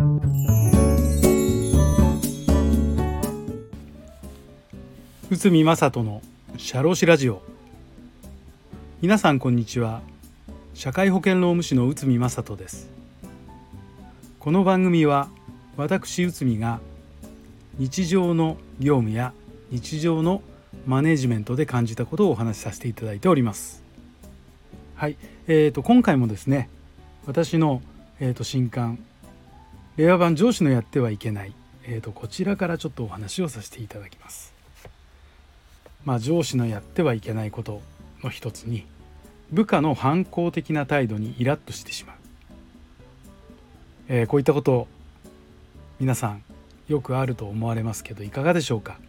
内海正人の社労士ラジオ。皆さんこんにちは。社会保険労務士の内海正人です。この番組は私内海が日常の業務や日常のマネジメントで感じたことをお話しさせていただいております。はい、今回もですね、私の、新刊令和版上司のやってはいけない、こちらからちょっとお話をさせていただきます。上司のやってはいけないことの一つに、部下の反抗的な態度にイラッとしてしまう、こういったこと皆さんよくあると思われますけど、いかがでしょうか。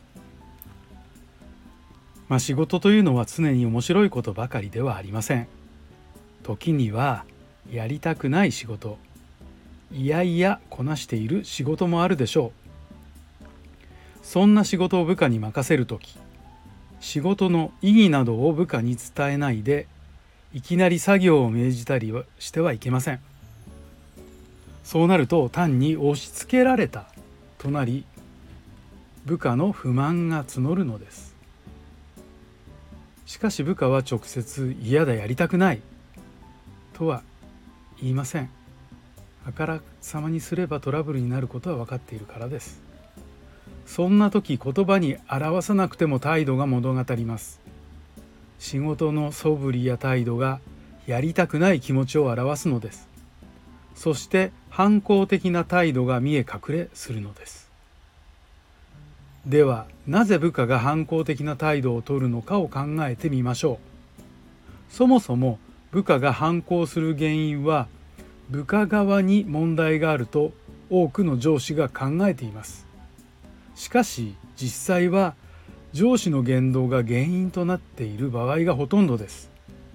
仕事というのは常に面白いことばかりではありません。時にはやりたくない仕事、いやいやこなしている仕事もあるでしょう。そんな仕事を部下に任せるとき、仕事の意義などを部下に伝えないで、いきなり作業を命じたりしてはいけません。そうなると単に押し付けられたとなり、部下の不満が募るのです。しかし部下は直接嫌だ、やりたくないとは言いません。あからさまにすればトラブルになることは分かっているからです。そんな時、言葉に表さなくても態度が物語ります。仕事の素振りや態度がやりたくない気持ちを表すのです。そして反抗的な態度が見え隠れするのです。では、なぜ部下が反抗的な態度をとるのかを考えてみましょう。そもそも部下が反抗する原因は、部下側に問題があると多くの上司が考えています。しかし実際は上司の言動が原因となっている場合がほとんどです。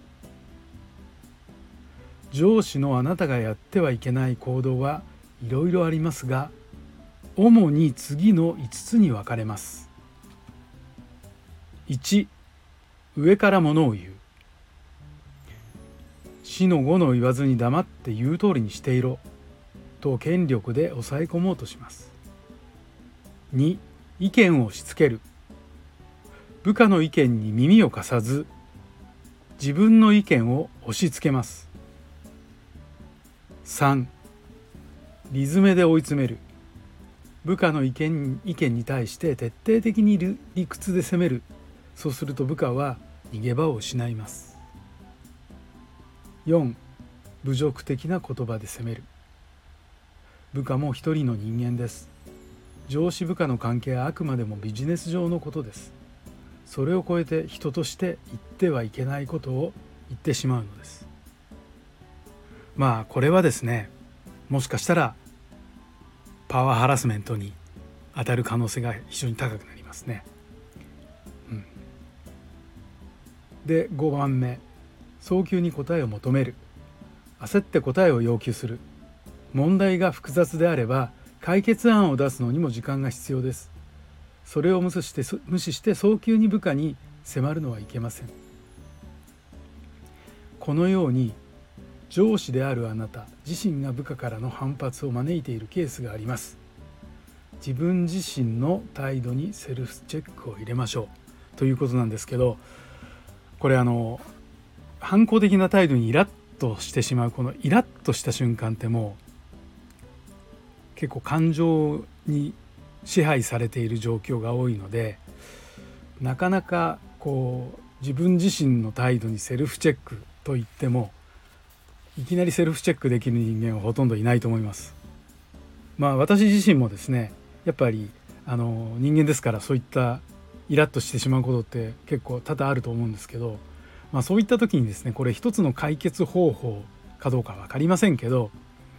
上司のあなたがやってはいけない行動はいろいろありますが、主に次の5つに分かれます。1、上からものを言う。死の5の言わずに黙って言う通りにしていろと権力で抑え込もうとします。2、意見を押し付ける。部下の意見に耳を貸さず、自分の意見を押し付けます。3、理詰めで追い詰める。部下の意見に対して徹底的に理屈で責める。そうすると部下は逃げ場を失います。4、侮辱的な言葉で責める。部下も一人の人間です。上司部下の関係はあくまでもビジネス上のことです。それを超えて人として言ってはいけないことを言ってしまうのです。これはですね、もしかしたらパワーハラスメントに当たる可能性が非常に高くなりますね。で、5番目、早急に答えを求める。焦って答えを要求する。問題が複雑であれば解決案を出すのにも時間が必要です。それを無視して早急に部下に迫るのはいけません。このように上司であるあなた自身が部下からの反発を招いているケースがあります。自分自身の態度にセルフチェックを入れましょうということなんですけど、これ反抗的な態度にイラッとしてしまう、このイラッとした瞬間ってもう結構感情に支配されている状況が多いので、なかなか自分自身の態度にセルフチェックといっても、いきなりセルフチェックできる人間はほとんどいないと思います。私自身もですね、やっぱり人間ですから、そういったイラッとしてしまうことって結構多々あると思うんですけど、そういった時にですね、これ一つの解決方法かどうか分かりませんけど、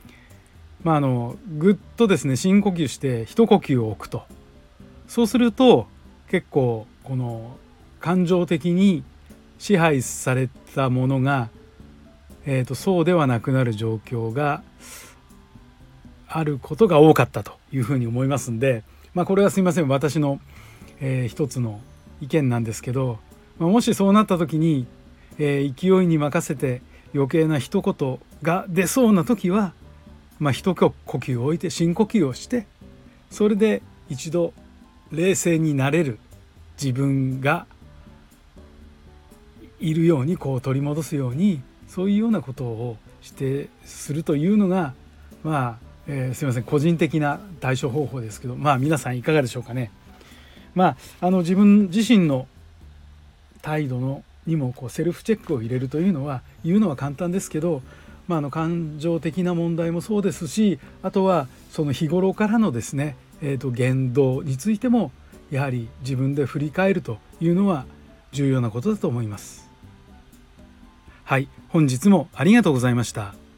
ぐっとですね深呼吸して一呼吸を置くと、そうすると結構この感情的に支配されたものが、そうではなくなる状況があることが多かったというふうに思いますんで、これはすいません、私の、一つの意見なんですけど、もしそうなった時に、勢いに任せて余計な一言が出そうな時は一呼吸を置いて深呼吸をして、それで一度冷静になれる自分がいるように取り戻すように、そういうようなことをするというのがすいません、個人的な対処方法ですけど、皆さんいかがでしょうかね。自分自身の態度にもセルフチェックを入れるというのは言うのは簡単ですけど、感情的な問題もそうですし、あとはその日頃からのですね、言動についてもやはり自分で振り返るというのは重要なことだと思います。はい、本日もありがとうございました。